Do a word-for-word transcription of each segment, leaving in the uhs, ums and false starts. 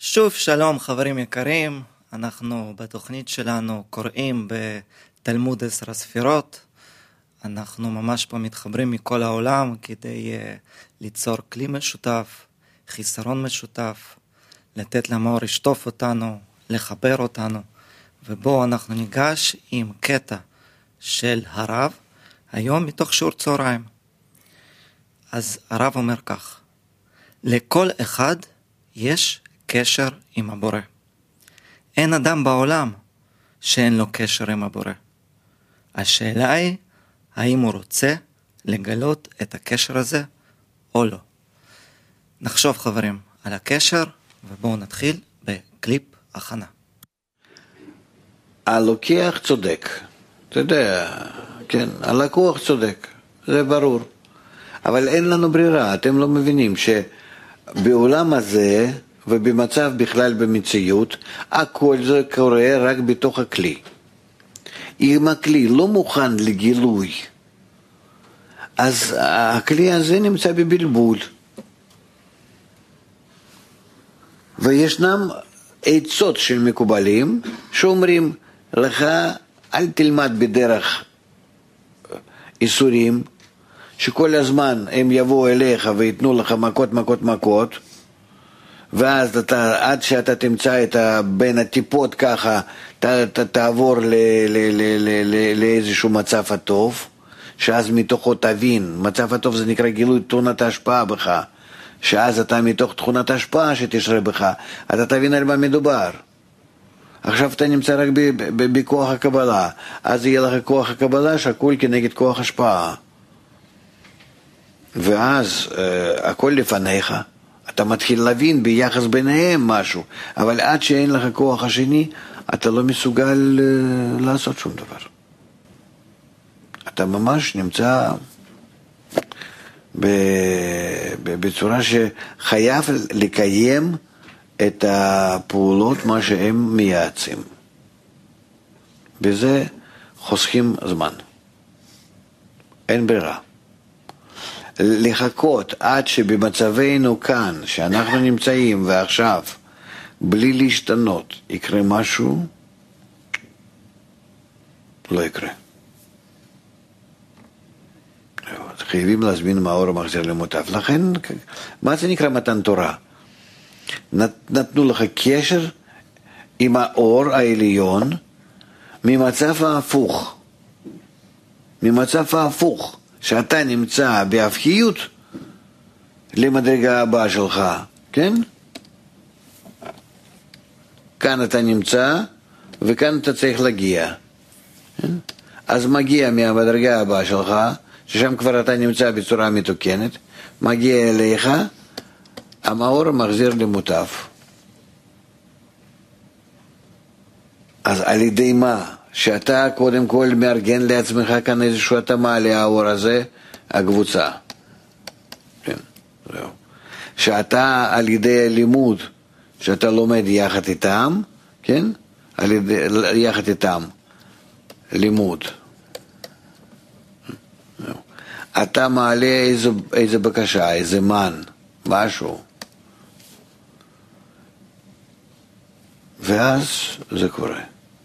שוב שלום חברים יקרים, אנחנו בתוכנית שלנו קוראים בתלמוד עשר הספירות. אנחנו ממש פה מתחברים מכל העולם כדי uh, ליצור כלי משותף, חיסרון משותף, לתת למאור לשטוף אותנו, לחבר אותנו. ובו אנחנו ניגש עם קטע של הרב, היום מתוך שיעור צהריים. אז הרב אומר כך, לכל אחד יש קשר עם הבורא. אין אדם בעולם שאין לו קשר עם הבורא. השאלה היא, האם הוא רוצה לגלות את הקשר הזה או לא. נחשוב חברים על הקשר, ובואו נתחיל בקליפ הכנה. הלוקח צודק, אתה יודע, כן, הלקוח צודק, זה ברור. אבל אין לנו ברירה, אתם לא מבינים שבעולם הזה ובמצב בכלל במציאות, הכל זה קורה רק בתוך הכלי. אם הכלי לא מוכן לגילוי, אז הכלי הזה נמצא בבלבול. וישנם עצות של מקובלים שאומרים לך, אל תלמד בדרך איסורים, שכל הזמן הם יבואו אליך ויתנו לך מכות מכות מכות, ואז אתה, עד שאתה תמצא את בין הטיפות ככה, ת, ת, תעבור ל, ל, ל, ל, ל, לאיזשהו מצב הטוב, שאז מתוכו תבין, מצב הטוב זה נקרא גילוי תכונת ההשפעה בך, שאז אתה מתוך תכונת ההשפעה שתשרה בך, אתה תבין על מה מדובר. עכשיו אתה נמצא רק ב, ב, ב, בכוח הקבלה, אז יהיה לך כוח הקבלה שקול כנגד כוח השפעה. ואז אה, הכל לפניך, אתה מתחיל להבין ביחס ביניהם משהו, אבל עד שאין לך כוח השני, אתה לא מסוגל uh, לעשות שום דבר. אתה ממש נמצא ב, ב, בצורה שחייב לקיים את הפעולות מה שהם מייעצים. בזה חוסכים זמן. אין ברירה. לחכות עד שבמצבנו כאן, שאנחנו נמצאים ועכשיו, בלי להשתנות, יקרה משהו, לא יקרה. חייבים להזמין מאור המחזיר למוטב. לכן, מה זה נקרא מתן תורה? נת, נתנו לך קשר עם האור העליון ממצב ההפוך. ממצב ההפוך. שאתה נמצא בהפכיות למדרגה הבאה שלך, כן? כאן אתה נמצא וכאן אתה צריך להגיע. כן? אז מגיע מהמדרגה הבאה שלך, ששם כבר אתה נמצא בצורה מתוקנת, מגיע אליך, המאור מחזיר למוטב. אז על ידי מה? שאתה קודם כל מארגן לעצמך כאן איזשהו התאמה לאור הזה, הקבוצה. כן, זהו. שאתה על ידי לימוד, שאתה לומד יחד איתם, כן? על ידי, יחד איתם, לימוד. זהו. אתה מעלה איזו, איזו בקשה, איזה מן, משהו. ואז זה קורה.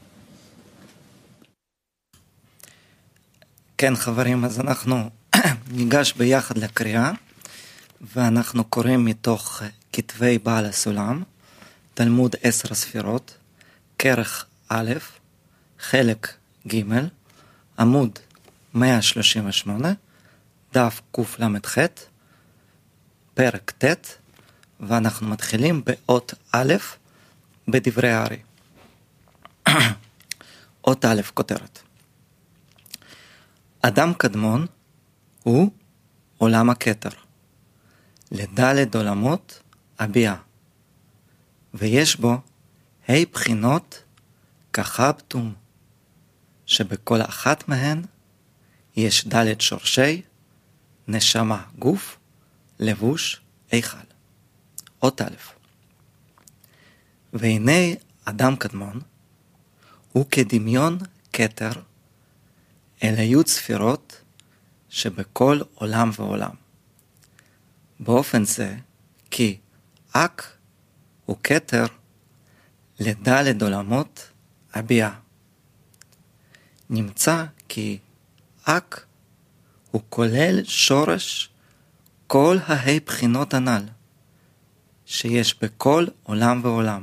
כן חברים, אז אנחנו ניגש ביחד לקריאה, ואנחנו קוראים מתוך כתבי בעל הסולם, תלמוד עשר הספירות, כרך א', חלק ג', עמוד מאה שלושים ושמונה, דף קל"ח, פרק ט', ואנחנו מתחילים באות א', בדברי הארי. אות א', כותרת. אדם קדמון הוא עולם הכתר, לדלת עולמות הביאה, ויש בו ה' בחינות כחבטום, שבכל אחת מהן יש דלת שורשי, נשמה גוף, לבוש היכל. אות א'. והנה אדם קדמון הוא כדמיון כתר, אלה היו ספירות שבכל עולם ועולם. באופן זה כי אק הוא כתר לדלת עולמות הביאה. נמצא כי אק הוא כולל שורש כל ההי בחינות הנ"ל שיש בכל עולם ועולם.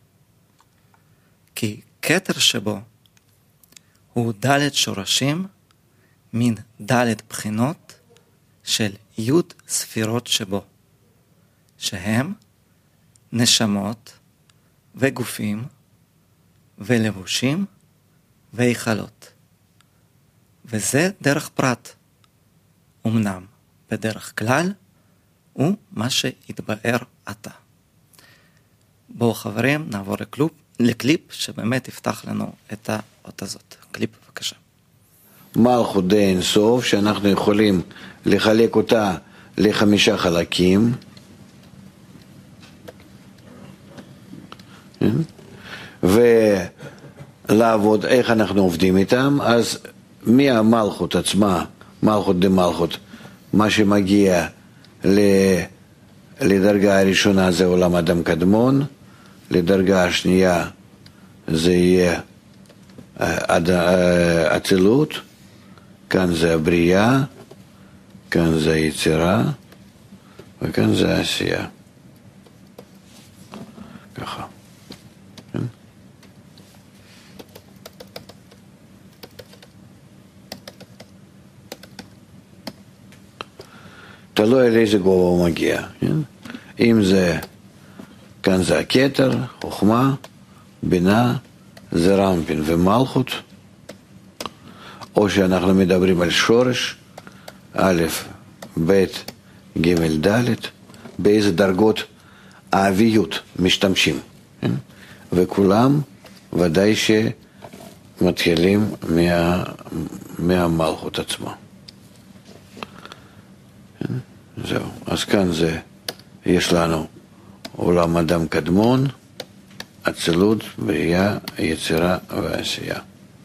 כי כתר שבו הוא דלת שורשים מן דלת בחינות של י' ספירות שבו, שהם נשמות וגופים ולבושים והיכלות. וזה דרך פרט. אמנם בדרך כלל הוא מה שהתבאר עתה. בואו חברים נעבור לקלופ, לקליפ שבאמת יפתח לנו את האות הזאת. קליפ בבקשה. מלכות די אין סוף שאנחנו יכולים לחלק אותה לחמישה חלקים. ולעבוד איך אנחנו עובדים איתם. אז מהמלכות עצמה, מלכות די מלכות, מה שמגיע לדרגה הראשונה זה עולם אדם קדמון, לדרגה השנייה זה יהיה אצילות, כאן זה הבריאה, כאן זה היצירה, וכאן זה העשייה. ככה. תלוי על איזה גובה הוא מגיע. אם זה, כאן זה הכתר, חוכמה, בינה, זה רמפין ומלכות, או שאנחנו מדברים על שורש, א', ב', ג', ד', באיזה דרגות האביות משתמשים. וכולם ודאי שמתחילים מה, מהמלכות עצמה. זהו, אז כאן זה, יש לנו עולם אדם קדמון, אצילות, בריאה, יצירה ועשייה.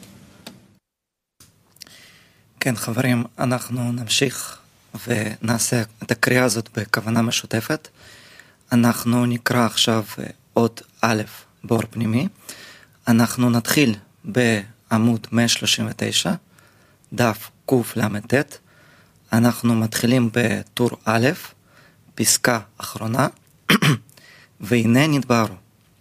כן חברים, אנחנו נמשיך ונעשה את הקריאה הזאת בכוונה משותפת. אנחנו נקרא עכשיו עוד א' באור פנימי. אנחנו נתחיל בעמוד מאה שלושים ותשע, דף קל"ט. אנחנו מתחילים בטור א', פסקה אחרונה, והנה נתבהרו.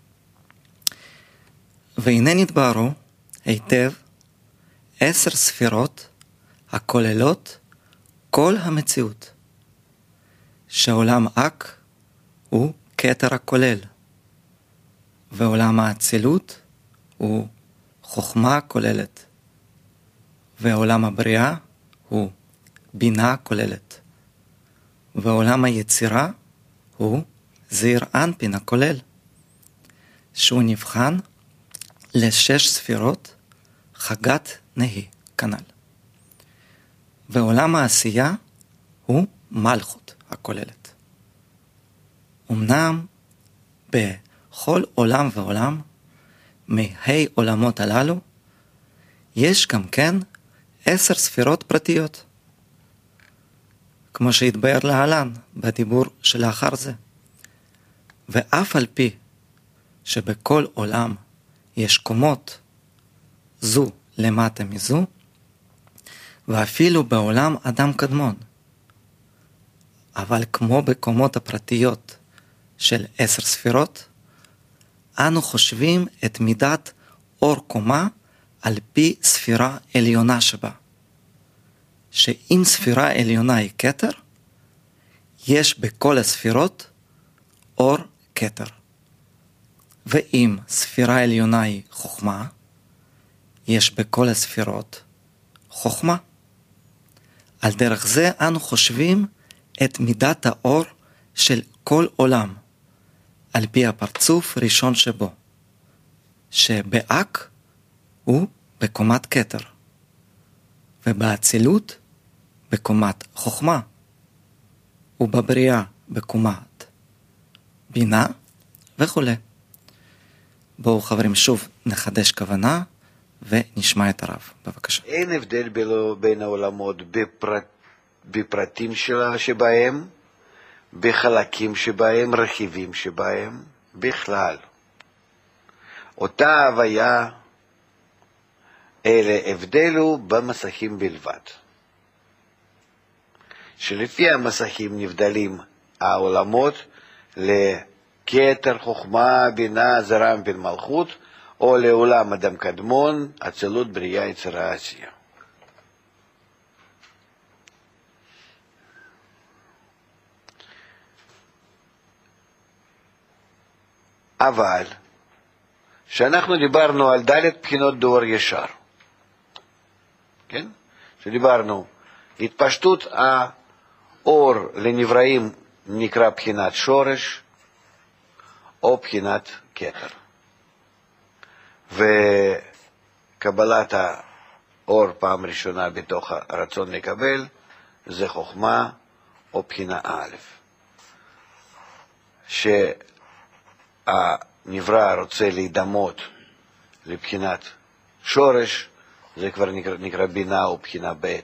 והנה נתבהרו היטב עשר ספירות הכוללות כל המציאות, שעולם אק הוא כתר הכולל, ועולם האצילות הוא חוכמה כוללת, ועולם הבריאה הוא בינה כוללת, ועולם היצירה הוא זעיר אנפין הכולל, שהוא נבחן לשש ספירות חגת נהי כנ"ל. ועולם העשייה הוא מלכות הכוללת. אמנם בכל עולם ועולם מהי עולמות הללו יש גם כן עשר ספירות פרטיות, כמו שהתבאר להלן בדיבור שלאחר זה. ואף על פי שבכל עולם יש קומות זו למטה מזו, ואפילו בעולם אדם קדמון, אבל כמו בקומות הפרטיות של עשר ספירות, אנו חושבים את מידת אור קומה על פי ספירה עליונה שבה, שאם ספירה עליונה היא כתר, יש בכל הספירות אור כתר. ואם ספירה עליונה היא חוכמה, יש בכל הספירות חוכמה. על דרך זה אנו חושבים את מידת האור של כל עולם, על פי הפרצוף ראשון שבו, שבאק הוא בקומת כתר, ובאצילות בקומת חוכמה, ובבריאה בקומת בינה וכו'. בואו חברים שוב נחדש כוונה ונשמע את הרב, בבקשה. אין הבדל בין העולמות בפרט, בפרטים שלה שבהם, בחלקים שבהם, רכיבים שבהם, בכלל. אותה הוויה, אלה הבדלו במסכים בלבד. שלפי המסכים נבדלים העולמות לכתר, חוכמה, בינה, זרם, מלכות, או לעולם אדם קדמון, אצילות, בריאה, יצירה, עשייה. אבל, שאנחנו דיברנו על ד' בחינות דור ישר, כן? שדיברנו, התפשטות האור לנבראים נקרא בחינת שורש, או בחינת כתר. וקבלת האור פעם ראשונה בתוך הרצון לקבל, זה חוכמה או בחינה א'. שהנברא רוצה להידמות לבחינת שורש, זה כבר נקרא, נקרא בינה או בחינה ב',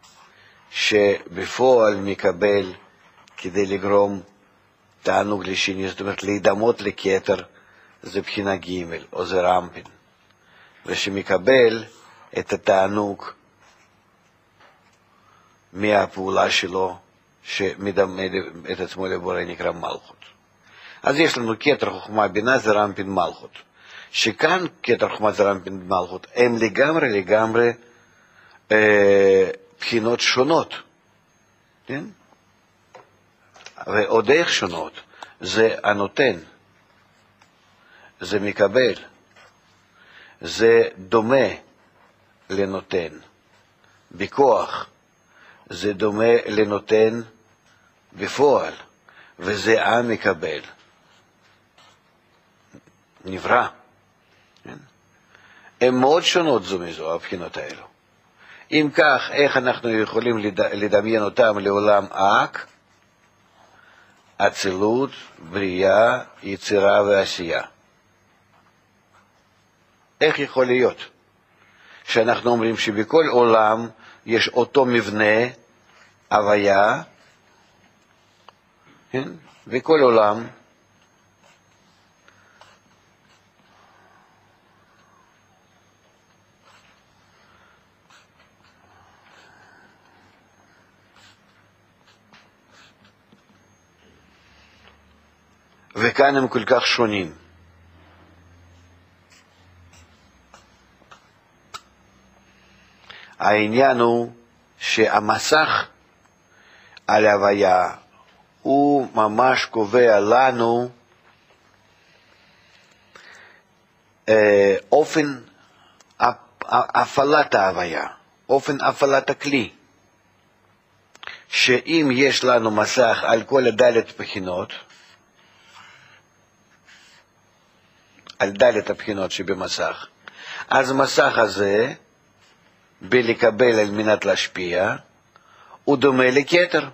שבפועל מקבל כדי לגרום תענוג לשני, זאת אומרת להידמות לכתר, זה בחינה ג' או זה רמפין, ושמקבל את התענוג מהפעולה שלו, שמדמה את עצמו לבורא נקרא מלכות. אז יש לנו כתר, חוכמה, בינה, זה רמפין, מלכות. שכאן כתר, חוכמה, זה רמפין, מלכות, הם לגמרי לגמרי אה, בחינות שונות. כן? ועוד איך שונות. זה הנותן, זה מקבל, זה דומה לנותן. בכוח, זה דומה לנותן בפועל, וזה המקבל. נברא. הן מאוד שונות זו מזו, הבחינות האלו. אם כך, איך אנחנו יכולים לדמיין אותם לעולם אק? אצילות, בריאה, יצירה ועשייה. איך יכול להיות שאנחנו אומרים שבכל עולם יש אותו מבנה, הוויה, כן? בכל עולם וכאן הם כל כך שונים. העניין הוא שהמסך על ההוויה הוא ממש קובע לנו אה, אופן הפעלת ההוויה, אופן הפעלת הכלי. שאם יש לנו מסך על כל הדלת בחינות, על דלת הבחינות שבמסך, אז המסך הזה, בלקבל על מנת להשפיע, הוא דומה לכתר.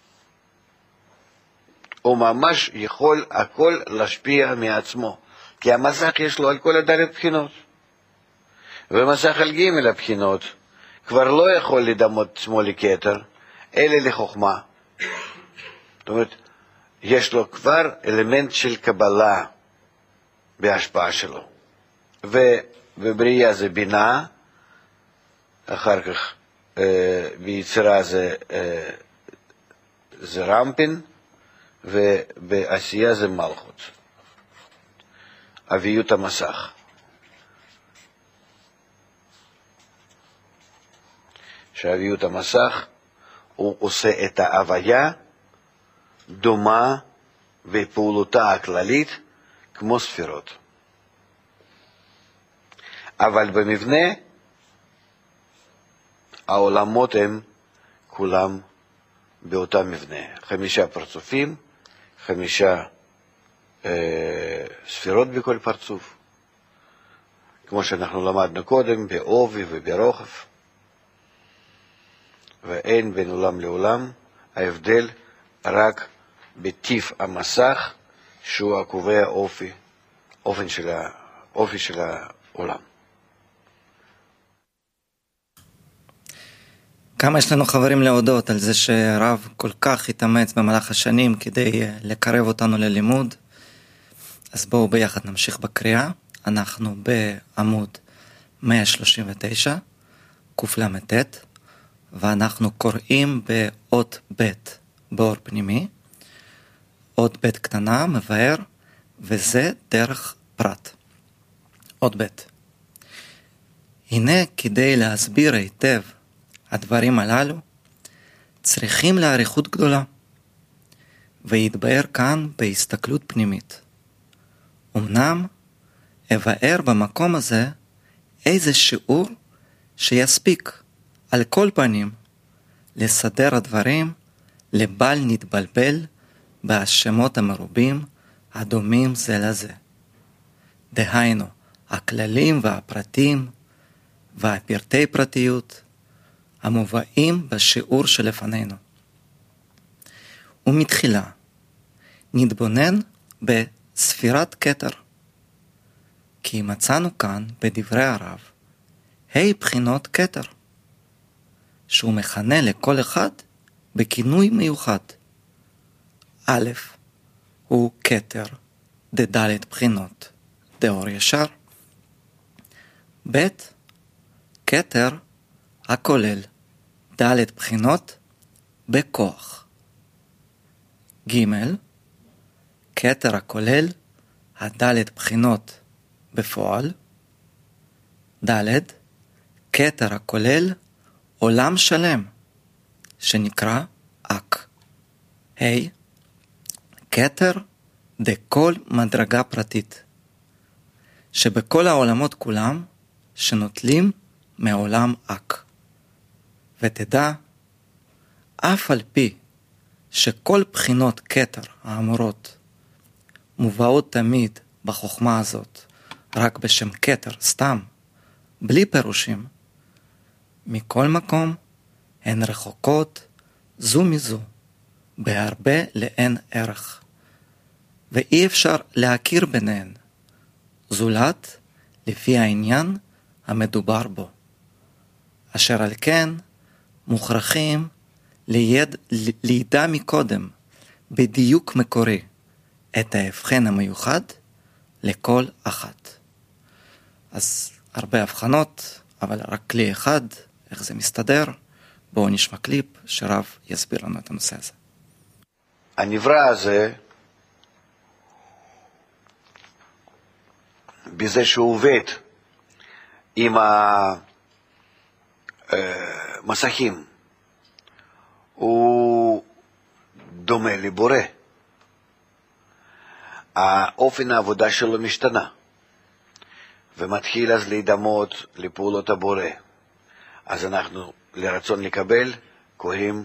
הוא ממש יכול הכל להשפיע מעצמו, כי המסך יש לו על כל הדלת בחינות. ומסך על ג' הבחינות כבר לא יכול לדמות עצמו לכתר, אלא לחוכמה. זאת אומרת, יש לו כבר אלמנט של קבלה בהשפעה שלו. ובבריאה זה בינה, אחר כך אה, ביצירה זה, אה, זה רמפין, ובעשייה זה מלכות. אביות המסך. שאביות המסך הוא עושה את ההוויה דומה בפעולתה הכללית כמו ספירות. אבל במבנה העולמות הם כולם באותה מבנה. חמישה פרצופים, חמישה אה, ספירות בכל פרצוף. כמו שאנחנו למדנו קודם, בעובי וברוחב. ואין בין עולם לעולם, ההבדל רק בטיב המסך, שהוא הקובע אופי, אופן של האופי של העולם. כמה יש לנו חברים להודות על זה שהרב כל כך התאמץ במהלך השנים כדי לקרב אותנו ללימוד. אז בואו ביחד נמשיך בקריאה. אנחנו בעמוד מאה שלושים ותשע, קל"ט, ואנחנו קוראים באות ב' באור פנימי, אות ב' קטנה, מבאר, וזה דרך פרט. אות ב'. הנה כדי להסביר היטב הדברים הללו, צריכים לאריכות גדולה, ויתבאר כאן בהסתכלות פנימית. אמנם אבאר במקום הזה איזה שיעור שיספיק על כל פנים לסדר הדברים לבל נתבלבל בהשמות המרובים הדומים זה לזה. דהיינו, הכללים והפרטים והפרטי פרטיות המובאים בשיעור שלפנינו. ומתחילה נתבונן בספירת כתר, כי מצאנו כאן בדברי הרב ה' בחינות כתר, שהוא מכנה לכל אחד בכינוי מיוחד. א', הוא כתר דדלת בחינות דאור ישר. ב', כתר הכולל דלת בחינות בכוח. ג', כתר הכולל הדלת בחינות בפועל. ד', כתר הכולל עולם שלם שנקרא אק. ה', כתר דכל מדרגה פרטית, שבכל העולמות כולם שנוטלים מעולם אק. ותדע, אף על פי שכל בחינות כתר האמורות מובאות תמיד בחוכמה הזאת רק בשם כתר סתם, בלי פירושים, מכל מקום הן רחוקות זו מזו בהרבה לאין ערך, ואי אפשר להכיר ביניהן, זולת לפי העניין המדובר בו, אשר על כן מוכרחים ליד, לידע מקודם בדיוק מקורי את ההבחן המיוחד לכל אחת. אז הרבה הבחנות, אבל רק כלי אחד, איך זה מסתדר? בואו נשמע קליפ שרב יסביר לנו את הנושא הזה. הנברא הזה, בזה שהוא עובד עם המסכים, הוא דומה לבורא. האופן העבודה שלו משתנה, ומתחיל אז להידמות לפעולות הבורא. אז אנחנו לרצון לקבל קוראים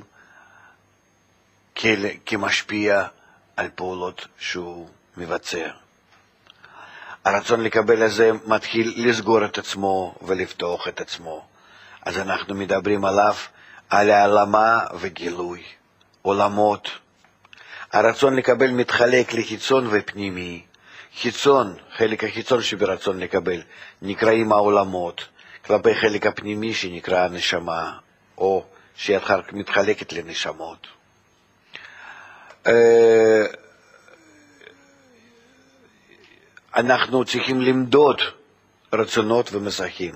כמשפיע על פעולות שהוא מבצע. הרצון לקבל הזה מתחיל לסגור את עצמו ולפתוח את עצמו. אז אנחנו מדברים עליו על העלמה וגילוי, עולמות. הרצון לקבל מתחלק לחיצון ופנימי. חיצון, חלק החיצון שברצון לקבל, נקראים העולמות, כלפי חלק הפנימי שנקרא הנשמה, או שאחר כך מתחלקת לנשמות. אנחנו צריכים למדוד רצונות ומסכים.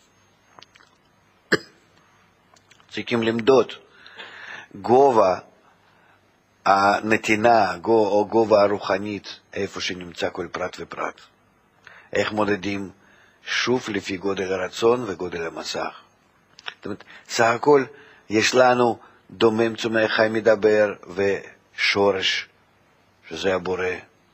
צריכים למדוד גובה הנתינה או גובה הרוחנית איפה שנמצא כל פרט ופרט. איך מודדים? שוב לפי גודל הרצון וגודל המסך. זאת אומרת, סך הכל יש לנו דומם צומח חי מדבר ושורש, שזה הבורא.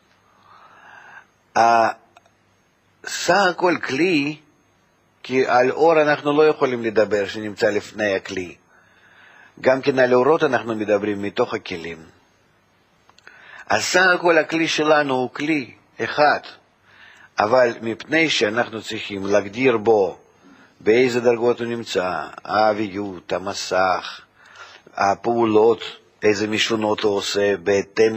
סך הכל כלי, כי על אור אנחנו לא יכולים לדבר שנמצא לפני הכלי. גם כן על אורות אנחנו מדברים מתוך הכלים. אז סך הכל הכלי שלנו הוא כלי אחד, אבל מפני שאנחנו צריכים להגדיר בו באיזה דרגות הוא נמצא, האביות, המסך, הפעולות, איזה משונות הוא עושה בהתאם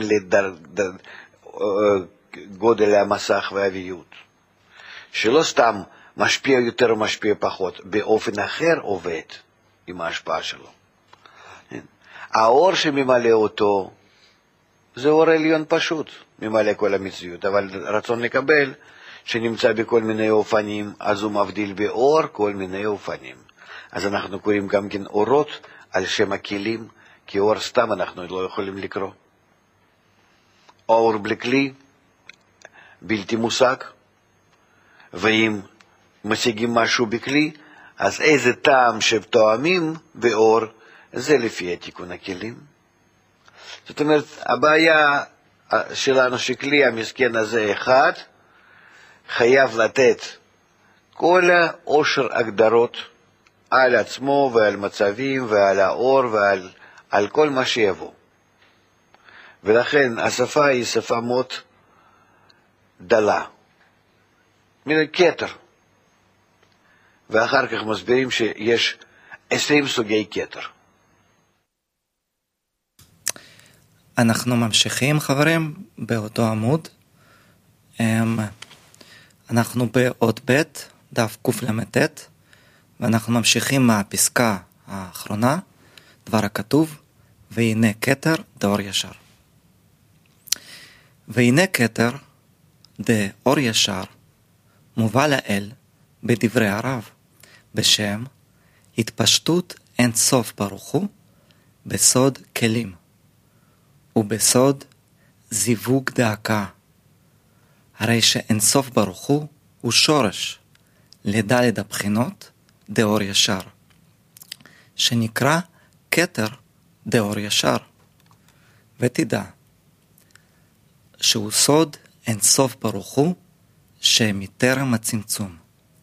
לגודל המסך והאביות. שלא סתם משפיע יותר או משפיע פחות, באופן אחר עובד עם ההשפעה שלו. האור שממלא אותו זה אור עליון פשוט. ממלא כל המציאות, אבל רצון לקבל שנמצא בכל מיני אופנים, אז הוא מבדיל באור כל מיני אופנים. אז אנחנו קוראים גם כן אורות על שם הכלים, כי אור סתם אנחנו לא יכולים לקרוא. אור בלי כלי, בלתי מושג, ואם משיגים משהו בכלי, אז איזה טעם שתואמים באור, זה לפי התיקון הכלים. זאת אומרת, הבעיה שלנו שכלי המסכן הזה אחד, חייב לתת כל העושר הגדרות על עצמו ועל מצבים ועל האור ועל על כל מה שיבוא. ולכן השפה היא שפה מאוד דלה, מן כתר. ואחר כך מסבירים שיש עשרים סוגי כתר. אנחנו ממשיכים, חברים, באותו עמוד. אנחנו באות ב' דף קל"ט, ואנחנו ממשיכים מהפסקה האחרונה, דבר הכתוב, והנה כתר דאור ישר. והנה כתר דאור ישר מובא לאל בדברי הרב, בשם התפשטות אין סוף ברוך הוא בסוד כלים, ובסוד זיווג דאקה. הרי שאין סוף ברוך הוא הוא שורש לדלת הבחינות דאור ישר, שנקרא כתר דאור ישר. ותדע שהוא סוד אין סוף ברוך הוא שמטרם הצמצום,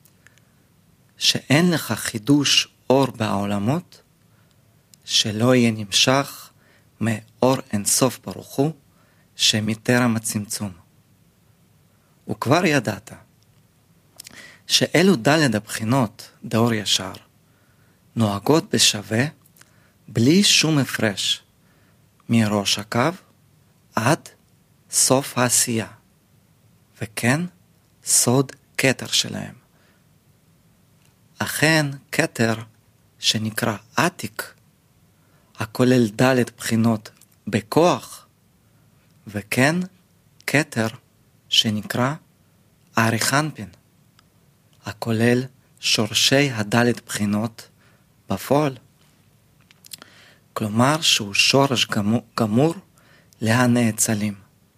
שאין לך חידוש אור בעולמות שלא יהיה נמשך מאור אין סוף ברוך הוא שמטרם הצמצום. וכבר ידעת שאלו דלת הבחינות דאור ישר נוהגות בשווה בלי שום הפרש מראש הקו עד סוף העשייה, וכן סוד כתר שלהם. אכן כתר שנקרא עתיק, הכולל דלת בחינות בכוח, וכן כתר שנקרא אריכנפין, הכולל שורשי הדלת בחינות בפועל. כלומר שהוא שורש גמור, גמור להנאצלים.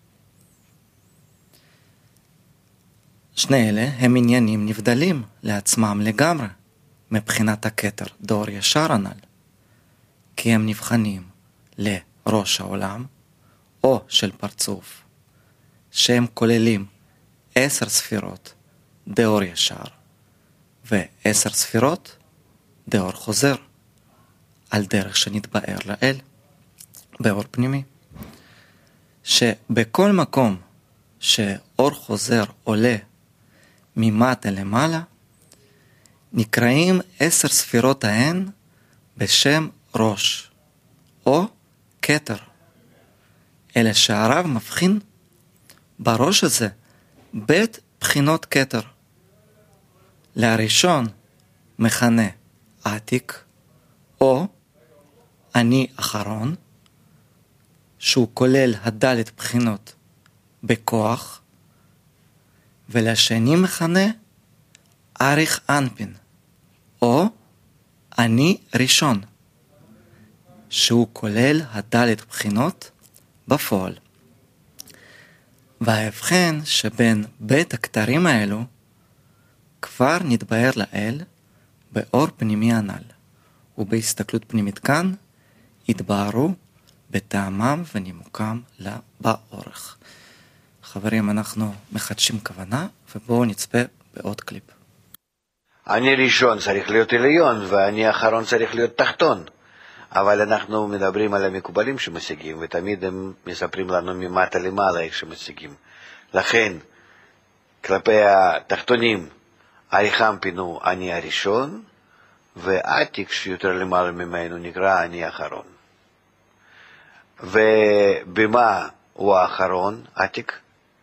שני אלה הם עניינים נבדלים לעצמם לגמרי מבחינת הכתר דאור ישר הנ"ל, כי הם נבחנים לראש העולם או של פרצוף, שהם כוללים עשר ספירות דאור ישר ועשר ספירות דאור חוזר, על דרך שנתבאר לאל באור פנימי, שבכל מקום שאור חוזר עולה ממטה למעלה, נקראים עשר ספירות ההן בשם ראש או כתר, אלא שהרב מבחין בראש הזה בית בחינות כתר. להראשון מכנה עתיק או אני אחרון, שהוא כולל הדלת בחינות בכוח, ולשני מכנה אריך אנפין או אני ראשון, שהוא כולל הדלת בחינות בפועל. וההבחן שבין בית הכתרים האלו כבר נתבהר לאל באור פנימי הנ"ל, ובהסתכלות פנימית כאן התבהרו בטעמם ונימוקם באורך. חברים, אנחנו מחדשים כוונה, ובואו נצפה בעוד קליפ. אני ראשון צריך להיות עליון, ואני האחרון צריך להיות תחתון. אבל אנחנו מדברים על המקובלים שמשיגים, ותמיד הם מספרים לנו ממטה למעלה איך שמשיגים. לכן, כלפי התחתונים, אריכנפין הוא אני הראשון, ועתיק שיותר למעלה ממנו נקרא אני האחרון. ובמה הוא האחרון, עתיק?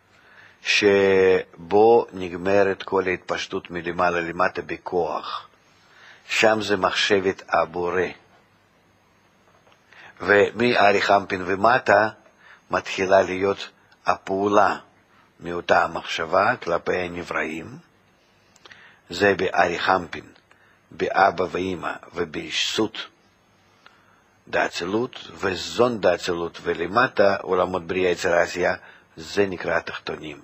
שבו נגמרת כל ההתפשטות מלמעלה למטה בכוח. שם זה מחשבת הבורא. ומאריכנפין ומטה מתחילה להיות הפעולה מאותה המחשבה כלפי הנבראים, זה באריכמפין, באבא ואמא ובישות דאצילות, וזון דאצילות, ולמטה עולמות בריאה יצירה עשייה, זה נקרא התחתונים.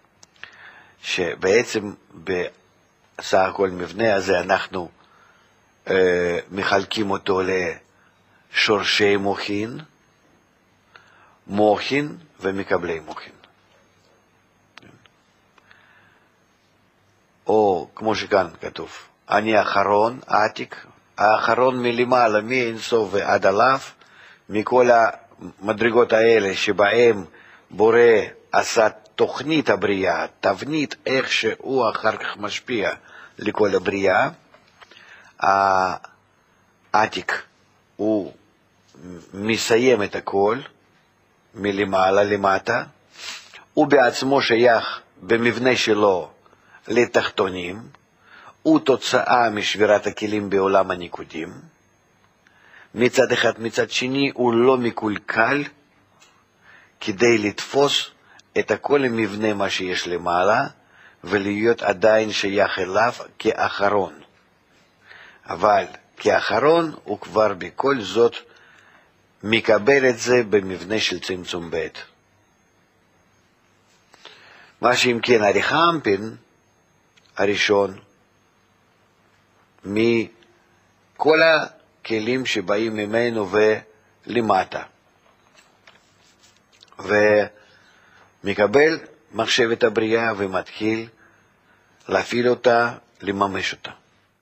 שבעצם בסך הכל מבנה הזה אנחנו אה, מחלקים אותו לשורשי מוחין, מוחין ומקבלי מוחין. או כמו שכאן כתוב, אני האחרון, עתיק, האחרון מלמעלה, מאינסוף ועד עליו, מכל המדרגות האלה שבהם בורא עשה תוכנית הבריאה, תבנית איך שהוא אחר כך משפיע לכל הבריאה. העתיק הוא מסיים את הכל, מלמעלה למטה, הוא בעצמו שייך במבנה שלו לתחתונים, הוא תוצאה משבירת הכלים בעולם הניקודים, מצד אחד, מצד שני הוא לא מקולקל כדי לתפוס את הכל המבנה מה שיש למעלה ולהיות עדיין שייך אליו כאחרון, אבל כאחרון הוא כבר בכל זאת מקבל את זה במבנה של צמצום ב'. מה שאם כן אריכמפין הראשון מכל הכלים שבאים ממנו ולמטה, ומקבל מחשבת הבריאה ומתחיל להפעיל אותה, לממש אותה.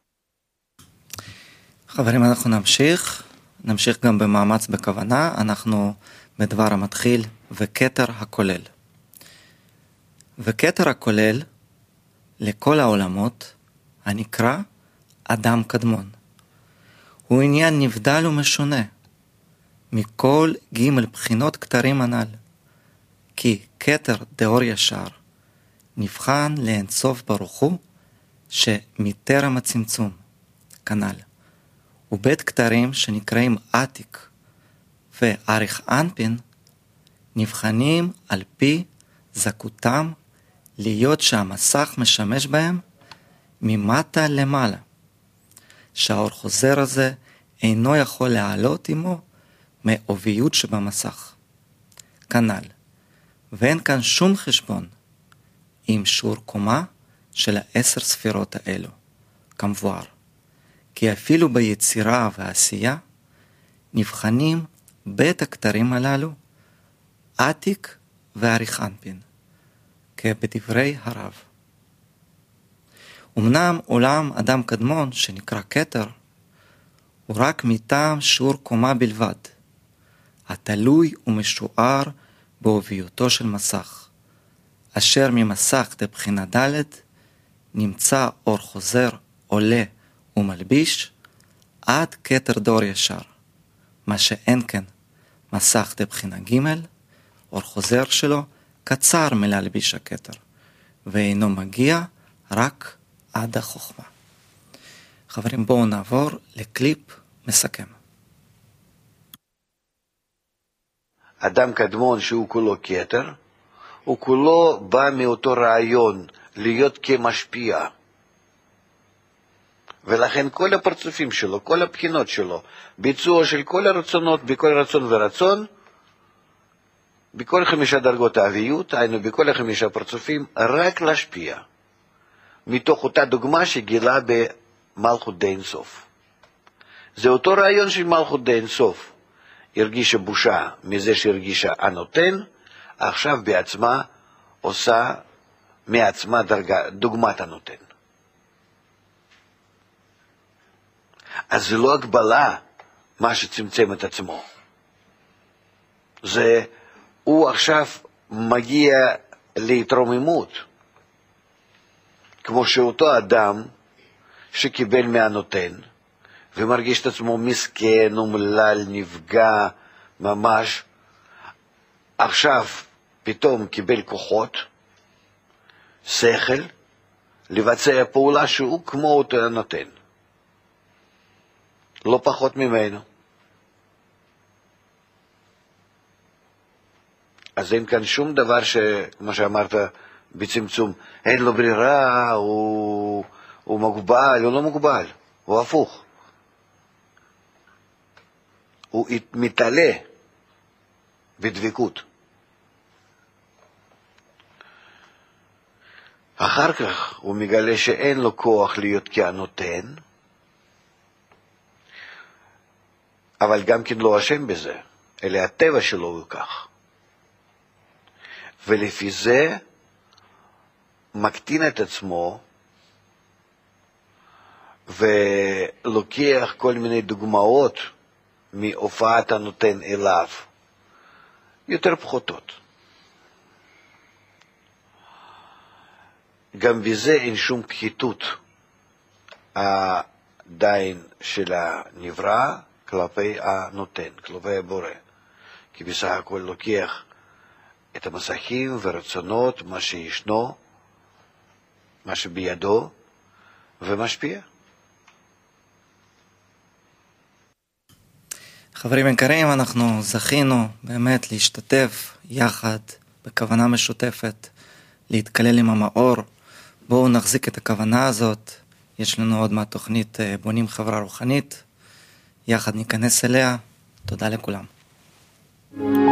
חברים, אנחנו נמשיך, נמשיך גם במאמץ בכוונה, אנחנו בדבר המתחיל וכתר הכולל. וכתר הכולל לכל העולמות הנקרא אדם קדמון. הוא עניין נבדל ומשונה מכל ג' בחינות כתרים הנ"ל, כי כתר דאור ישר נבחן לאינסוף ברוך הוא שמטרם הצמצום כנ"ל, ובית כתרים שנקראים עתיק ואריך אנפין נבחנים על פי זכותם להיות שהמסך משמש בהם ממטה למעלה, שהאור חוזר הזה אינו יכול להעלות עמו מעוביות שבמסך כנ"ל, ואין כאן שום חשבון עם שיעור קומה של העשר ספירות האלו כמבואר, כי אפילו ביצירה והעשייה נבחנים בית הכתרים הללו עתיק ואריך אנפין כבדברי הרב. אמנם עולם אדם קדמון שנקרא כתר הוא רק מטעם שיעור קומה בלבד, התלוי ומשוער בעוביותו של מסך, אשר ממסך דבחינה ד' נמצא אור חוזר, עולה ומלביש עד כתר דאור ישר, מה שאין כן מסך דבחינה ג', אור חוזר שלו קצר מלהלביש הכתר, ואינו מגיע רק עד החוכמה. חברים, בואו נעבור לקליפ מסכם. אדם קדמון שהוא כולו כתר, הוא כולו בא מאותו רעיון להיות כמשפיע, ולכן כל הפרצופים שלו, כל הבחינות שלו, ביצוע של כל הרצונות, בכל רצון ורצון, בכל חמישה דרגות האביות, היינו בכל החמישה פרצופים, רק להשפיע, מתוך אותה דוגמה שגילה במלכות די אינסוף. זה אותו רעיון של מלכות די אינסוף. הרגישה בושה מזה שהרגישה הנותן, עכשיו בעצמה עושה מעצמה דרגה, דוגמת הנותן. אז זה לא הגבלה מה שצמצם את עצמו. זה, הוא עכשיו מגיע להתרוממות. כמו שאותו אדם שקיבל מהנותן, ומרגיש את עצמו מסכן, אומלל, נפגע, ממש, עכשיו פתאום קיבל כוחות, שכל, לבצע פעולה שהוא כמו אותו הנותן. לא פחות ממנו. אז אין כאן שום דבר שכמו שאמרת בצמצום, אין לו ברירה, הוא, הוא מוגבל, הוא לא מוגבל, הוא הפוך. הוא מתעלה בדבקות. אחר כך הוא מגלה שאין לו כוח להיות כהנותן, אבל גם כן לא אשם בזה, אלא הטבע שלו הוא כך. ולפי זה מקטין את עצמו ולוקח כל מיני דוגמאות מהופעת הנותן אליו, יותר פחותות. גם בזה אין שום פחיתות עדיין של הנברא כלפי הנותן, כלפי הבורא. כי בסך הכל לוקח את המסכים ורצונות, מה שישנו, מה שבידו, ומשפיע. חברים יקרים, אנחנו זכינו באמת להשתתף יחד בכוונה משותפת, להתקלל עם המאור. בואו נחזיק את הכוונה הזאת. יש לנו עוד מהתוכנית בונים חברה רוחנית. יחד ניכנס אליה. תודה לכולם.